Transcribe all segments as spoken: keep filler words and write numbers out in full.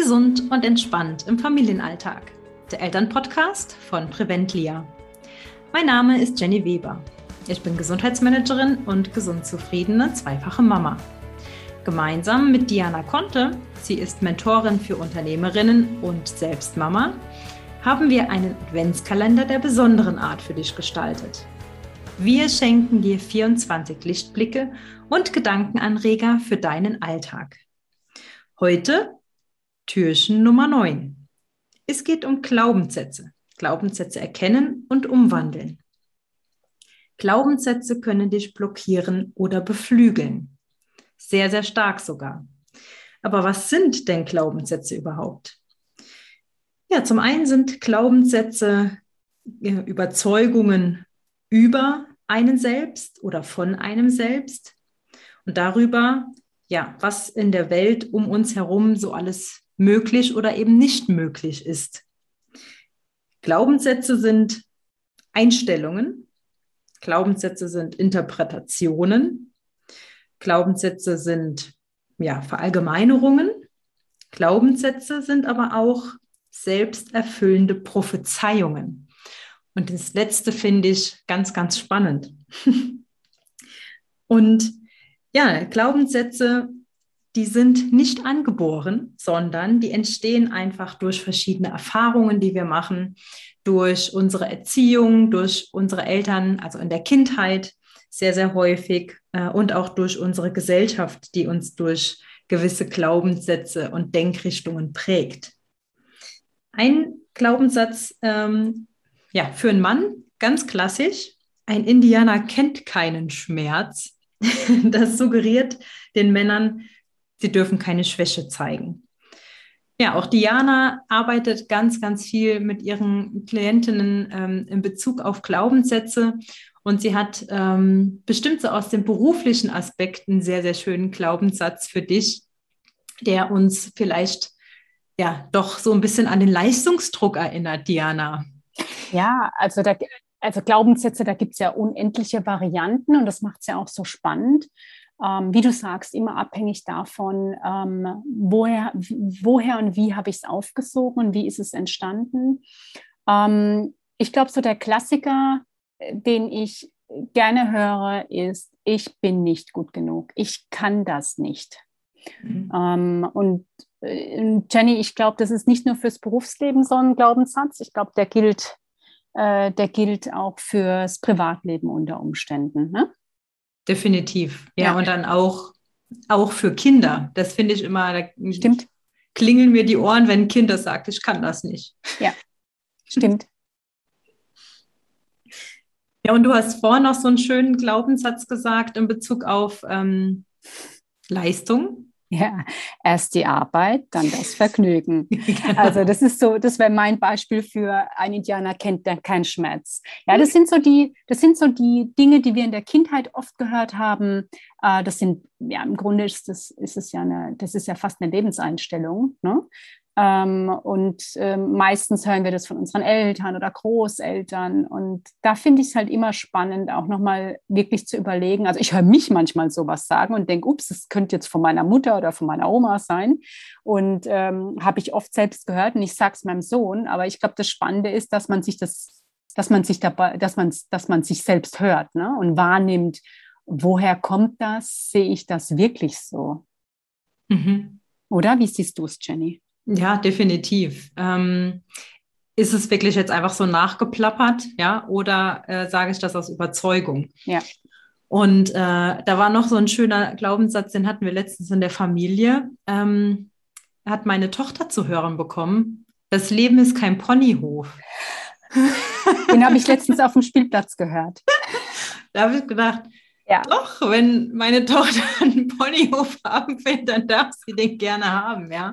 Gesund und entspannt im Familienalltag. Der Elternpodcast von Preventlia. Mein Name ist Jenny Weber. Ich bin Gesundheitsmanagerin und gesund zufriedene zweifache Mama. Gemeinsam mit Diana Conte, sie ist Mentorin für Unternehmerinnen und selbst Mama, haben wir einen Adventskalender der besonderen Art für dich gestaltet. Wir schenken dir vierundzwanzig Lichtblicke und Gedankenanreger für deinen Alltag. Heute Türchen Nummer neun. Es geht um Glaubenssätze. Glaubenssätze erkennen und umwandeln. Glaubenssätze können dich blockieren oder beflügeln. Sehr, sehr stark sogar. Aber was sind denn Glaubenssätze überhaupt? Ja, zum einen sind Glaubenssätze ja, Überzeugungen über einen selbst oder von einem selbst und darüber, ja, was in der Welt um uns herum so alles möglich oder eben nicht möglich ist. Glaubenssätze sind Einstellungen, Glaubenssätze sind Interpretationen, Glaubenssätze sind ja, Verallgemeinerungen, Glaubenssätze sind aber auch selbsterfüllende Prophezeiungen. Und das Letzte finde ich ganz, ganz spannend. Und ja, Glaubenssätze, die sind nicht angeboren, sondern die entstehen einfach durch verschiedene Erfahrungen, die wir machen, durch unsere Erziehung, durch unsere Eltern, also in der Kindheit sehr, sehr häufig äh, und auch durch unsere Gesellschaft, die uns durch gewisse Glaubenssätze und Denkrichtungen prägt. Ein Glaubenssatz ähm, ja, für einen Mann, ganz klassisch, ein Indianer kennt keinen Schmerz. Das suggeriert den Männern, sie dürfen keine Schwäche zeigen. Ja, auch Diana arbeitet ganz, ganz viel mit ihren Klientinnen ähm, in Bezug auf Glaubenssätze und sie hat ähm, bestimmt so aus den beruflichen Aspekten einen sehr, sehr schönen Glaubenssatz für dich, der uns vielleicht ja doch so ein bisschen an den Leistungsdruck erinnert, Diana. Ja, also, da, also Glaubenssätze, da gibt es ja unendliche Varianten und das macht es ja auch so spannend. Ähm, wie du sagst, immer abhängig davon, ähm, woher, woher und wie habe ich es aufgesogen und wie ist es entstanden. Ähm, ich glaube, so der Klassiker, den ich gerne höre, ist, ich bin nicht gut genug, ich kann das nicht. Mhm. Ähm, und äh, Jenny, ich glaube, das ist nicht nur fürs Berufsleben so ein Glaubenssatz, ich glaube, der gilt, äh, der gilt auch fürs Privatleben unter Umständen, ne? Definitiv. Ja, ja, und dann auch, auch für Kinder. Das finde ich immer, da stimmt. Klingeln mir die Ohren, wenn ein Kind das sagt, ich kann das nicht. Ja, stimmt. Ja, und du hast vorhin noch so einen schönen Glaubenssatz gesagt in Bezug auf ähm, Leistung. Ja, erst die Arbeit, dann das Vergnügen. Genau. Also das ist so, das wäre mein Beispiel für ein Indianer kennt der keinen Schmerz. Ja, das sind so die, das sind so die Dinge, die wir in der Kindheit oft gehört haben. Äh, das sind, ja, im Grunde ist das, ist es ja eine, das ist ja fast eine Lebenseinstellung, ne? Ähm, und ähm, meistens hören wir das von unseren Eltern oder Großeltern. Und da finde ich es halt immer spannend, auch nochmal wirklich zu überlegen. Also ich höre mich manchmal sowas sagen und denke, ups, das könnte jetzt von meiner Mutter oder von meiner Oma sein. Und ähm, habe ich oft selbst gehört und ich sage es meinem Sohn. Aber ich glaube, das Spannende ist, dass man sich das, dass man sich dabei, dass man, dass man sich selbst hört, ne? Und wahrnimmt, woher kommt das? Sehe ich das wirklich so? Mhm. Oder wie siehst du es, Jenny? Ja, definitiv. Ähm, ist es wirklich jetzt einfach so nachgeplappert, ja, oder äh, sage ich das aus Überzeugung? Ja. Und äh, da war noch so ein schöner Glaubenssatz, den hatten wir letztens in der Familie. Ähm, hat meine Tochter zu hören bekommen, das Leben ist kein Ponyhof. Den habe ich letztens auf dem Spielplatz gehört. Da habe ich gedacht, ja. Doch, wenn meine Tochter einen Ponyhof haben will, dann darf sie den gerne haben, ja.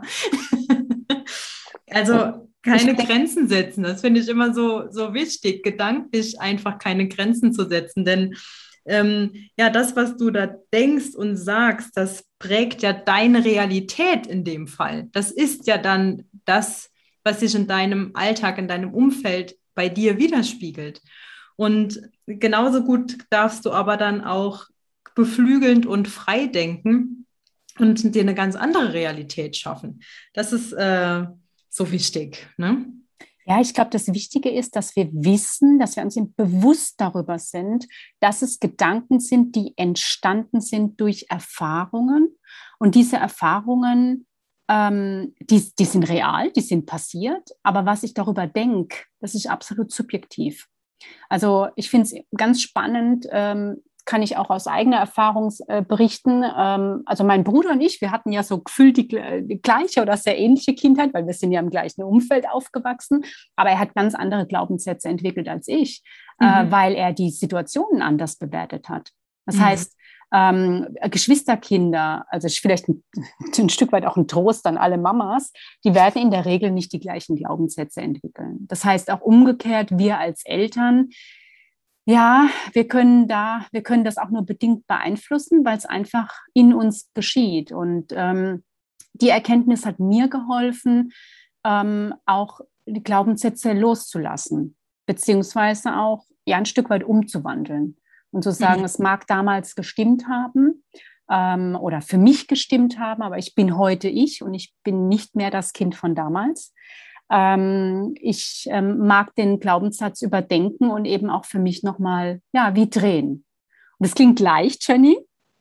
Also keine ich Grenzen setzen, das finde ich immer so, so wichtig, gedanklich einfach keine Grenzen zu setzen, denn ähm, ja, das, was du da denkst und sagst, das prägt ja deine Realität in dem Fall. Das ist ja dann das, was sich in deinem Alltag, in deinem Umfeld bei dir widerspiegelt. Und genauso gut darfst du aber dann auch beflügelnd und frei denken und dir eine ganz andere Realität schaffen. Das ist äh, so wichtig, ne? Ja, ich glaube, das Wichtige ist, dass wir wissen, dass wir uns bewusst darüber sind, dass es Gedanken sind, die entstanden sind durch Erfahrungen. Und diese Erfahrungen, ähm, die, die sind real, die sind passiert. Aber was ich darüber denke, das ist absolut subjektiv. Also ich finde es ganz spannend, ähm, kann ich auch aus eigener Erfahrung äh, berichten. Ähm, also mein Bruder und ich, wir hatten ja so gefühlt die, die gleiche oder sehr ähnliche Kindheit, weil wir sind ja im gleichen Umfeld aufgewachsen. Aber er hat ganz andere Glaubenssätze entwickelt als ich, mhm. äh, weil er die Situationen anders bewertet hat. Das mhm. heißt, ähm, Geschwisterkinder, also vielleicht ein, ein Stück weit auch ein Trost an alle Mamas, die werden in der Regel nicht die gleichen Glaubenssätze entwickeln. Das heißt auch umgekehrt, wir als Eltern, ja, wir können da, wir können das auch nur bedingt beeinflussen, weil es einfach in uns geschieht. Und ähm, die Erkenntnis hat mir geholfen, ähm, auch die Glaubenssätze loszulassen, beziehungsweise auch ja, ein Stück weit umzuwandeln und zu sagen, mhm. es mag damals gestimmt haben ähm, oder für mich gestimmt haben, aber ich bin heute ich und ich bin nicht mehr das Kind von damals. Ähm, ich ähm, mag den Glaubenssatz überdenken und eben auch für mich nochmal, ja, wie drehen. Und das klingt leicht, Jenny.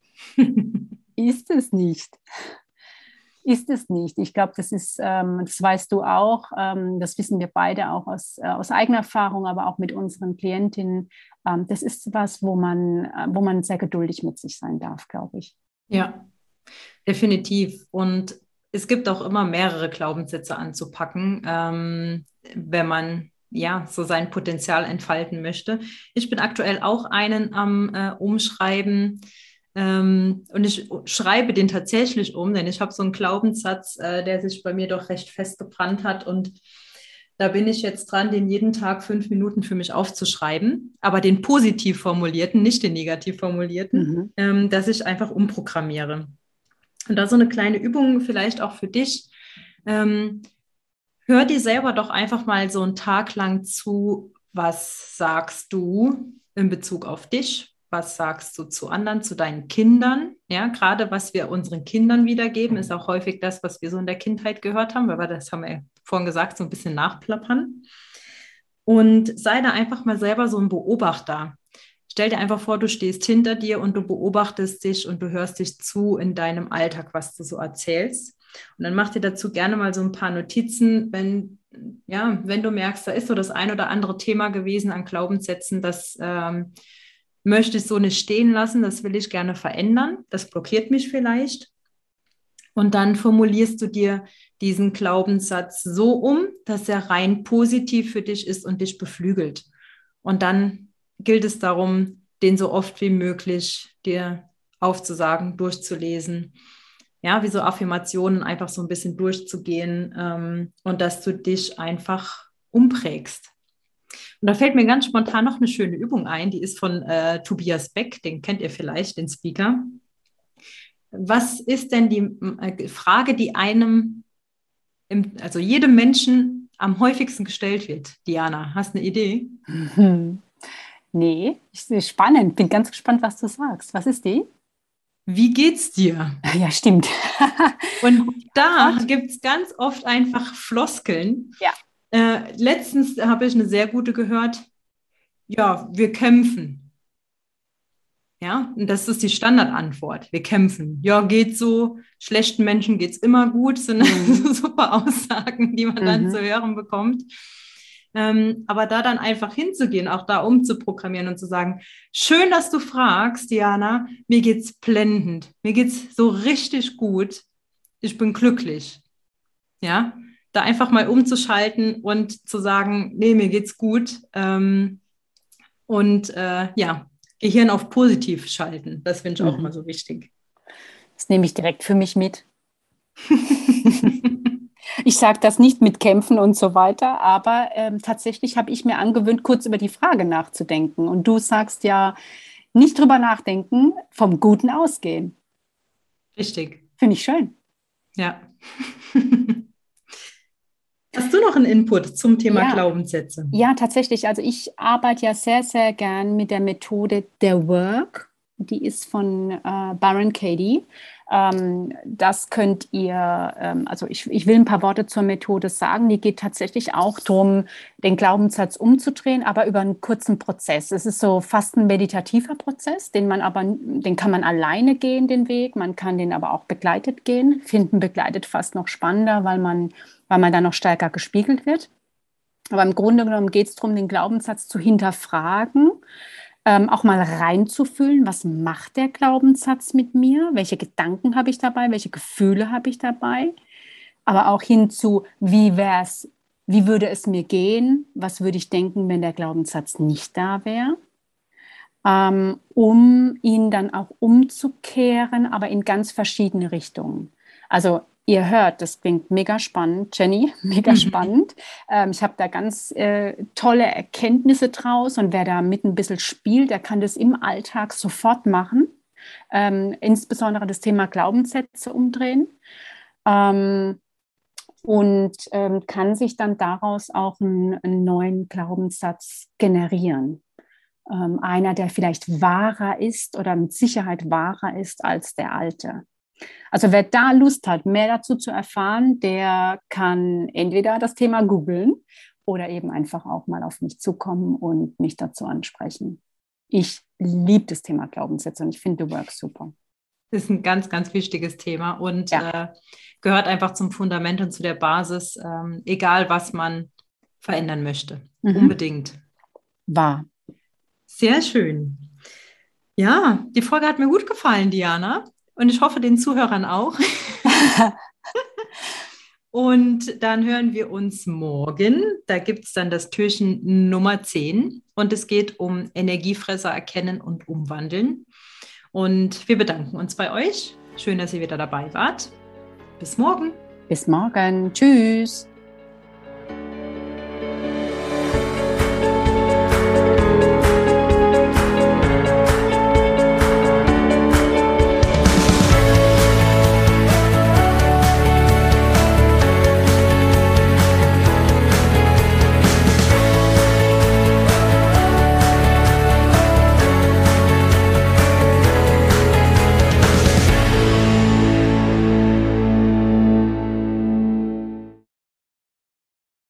Ist es nicht. Ist es nicht. Ich glaube, das ist, ähm, das weißt du auch, ähm, das wissen wir beide auch aus, äh, aus eigener Erfahrung, aber auch mit unseren Klientinnen. Ähm, das ist was, wo man, äh, wo man sehr geduldig mit sich sein darf, glaube ich. Ja, definitiv. Und es gibt auch immer mehrere Glaubenssätze anzupacken, ähm, wenn man ja so sein Potenzial entfalten möchte. Ich bin aktuell auch einen am äh, Umschreiben ähm, und ich schreibe den tatsächlich um, denn ich habe so einen Glaubenssatz, äh, der sich bei mir doch recht festgebrannt hat und da bin ich jetzt dran, den jeden Tag fünf Minuten für mich aufzuschreiben, aber den positiv formulierten, nicht den negativ formulierten, mhm. ähm, dass ich einfach umprogrammiere. Und da so eine kleine Übung vielleicht auch für dich. Ähm, hör dir selber doch einfach mal so einen Tag lang zu, was sagst du in Bezug auf dich? Was sagst du zu anderen, zu deinen Kindern? Ja, gerade was wir unseren Kindern wiedergeben, ist auch häufig das, was wir so in der Kindheit gehört haben, weil wir das haben wir vorhin gesagt, so ein bisschen nachplappern. Und sei da einfach mal selber so ein Beobachter. Stell dir einfach vor, du stehst hinter dir und du beobachtest dich und du hörst dich zu in deinem Alltag, was du so erzählst. Und dann mach dir dazu gerne mal so ein paar Notizen, wenn, ja, wenn du merkst, da ist so das ein oder andere Thema gewesen an Glaubenssätzen, das ähm, möchte ich so nicht stehen lassen, das will ich gerne verändern, das blockiert mich vielleicht. Und dann formulierst du dir diesen Glaubenssatz so um, dass er rein positiv für dich ist und dich beflügelt. Und dann gilt es darum, den so oft wie möglich dir aufzusagen, durchzulesen. Ja, wie so Affirmationen einfach so ein bisschen durchzugehen ähm, und dass du dich einfach umprägst. Und da fällt mir ganz spontan noch eine schöne Übung ein, die ist von äh, Tobias Beck, den kennt ihr vielleicht, den Speaker. Was ist denn die äh, Frage, die einem, im, also jedem Menschen am häufigsten gestellt wird? Diana, hast du eine Idee? Mhm. Nee, ist spannend. Bin ganz gespannt, was du sagst. Was ist die? Wie geht's dir? Ja, stimmt. Und da gibt es ganz oft einfach Floskeln. Ja. Äh, letztens habe ich eine sehr gute gehört. Ja, wir kämpfen. Ja, und das ist die Standardantwort. Wir kämpfen. Ja, geht so. Schlechten Menschen geht es immer gut. Das sind mhm. super Aussagen, die man mhm. dann zu hören bekommt. Ähm, aber da dann einfach hinzugehen, auch da umzuprogrammieren und zu sagen, schön, dass du fragst, Diana, mir geht's blendend, mir geht's so richtig gut, ich bin glücklich. Ja, da einfach mal umzuschalten und zu sagen, nee, mir geht's gut. Ähm, und äh, ja, Gehirn auf positiv schalten, das finde ich mhm. auch immer so wichtig. Das nehme ich direkt für mich mit. Ich sage das nicht mit Kämpfen und so weiter, aber ähm, tatsächlich habe ich mir angewöhnt, kurz über die Frage nachzudenken. Und du sagst ja, nicht drüber nachdenken, vom Guten ausgehen. Richtig. Finde ich schön. Ja. Hast du noch einen Input zum Thema ja. Glaubenssätze? Ja, tatsächlich. Also ich arbeite ja sehr, sehr gern mit der Methode der Work. Die ist von äh, Byron Katie. Ähm, das könnt ihr, ähm, also ich, ich will ein paar Worte zur Methode sagen. Die geht tatsächlich auch darum, den Glaubenssatz umzudrehen, aber über einen kurzen Prozess. Es ist so fast ein meditativer Prozess, den man aber, den kann man alleine gehen, den Weg. Man kann den aber auch begleitet gehen. Finden begleitet fast noch spannender, weil man, weil man da noch stärker gespiegelt wird. Aber im Grunde genommen geht es darum, den Glaubenssatz zu hinterfragen, ähm, auch mal reinzufühlen, was macht der Glaubenssatz mit mir? Welche Gedanken habe ich dabei? Welche Gefühle habe ich dabei? Aber auch hinzu, wie wär's, wie würde es mir gehen? Was würde ich denken, wenn der Glaubenssatz nicht da wäre? Ähm, um ihn dann auch umzukehren, aber in ganz verschiedene Richtungen. Also ihr hört, das klingt mega spannend, Jenny, mega Mhm. spannend. Ähm, ich habe da ganz äh, tolle Erkenntnisse draus und wer da mit ein bisschen spielt, der kann das im Alltag sofort machen. Ähm, insbesondere das Thema Glaubenssätze umdrehen. Ähm, und ähm, kann sich dann daraus auch einen, einen neuen Glaubenssatz generieren. Ähm, einer, der vielleicht wahrer ist oder mit Sicherheit wahrer ist als der alte. Also wer da Lust hat, mehr dazu zu erfahren, der kann entweder das Thema googeln oder eben einfach auch mal auf mich zukommen und mich dazu ansprechen. Ich liebe das Thema Glaubenssätze und ich finde The Work super. Das ist ein ganz, ganz wichtiges Thema und Ja. äh, gehört einfach zum Fundament und zu der Basis, ähm, egal was man verändern möchte. Mhm. Unbedingt. Wahr. Sehr schön. Ja, die Folge hat mir gut gefallen, Diana. Und ich hoffe, den Zuhörern auch. Und dann hören wir uns morgen. Da gibt es dann das Türchen Nummer zehn. Und es geht um Energiefresser erkennen und umwandeln. Und wir bedanken uns bei euch. Schön, dass ihr wieder dabei wart. Bis morgen. Bis morgen. Tschüss.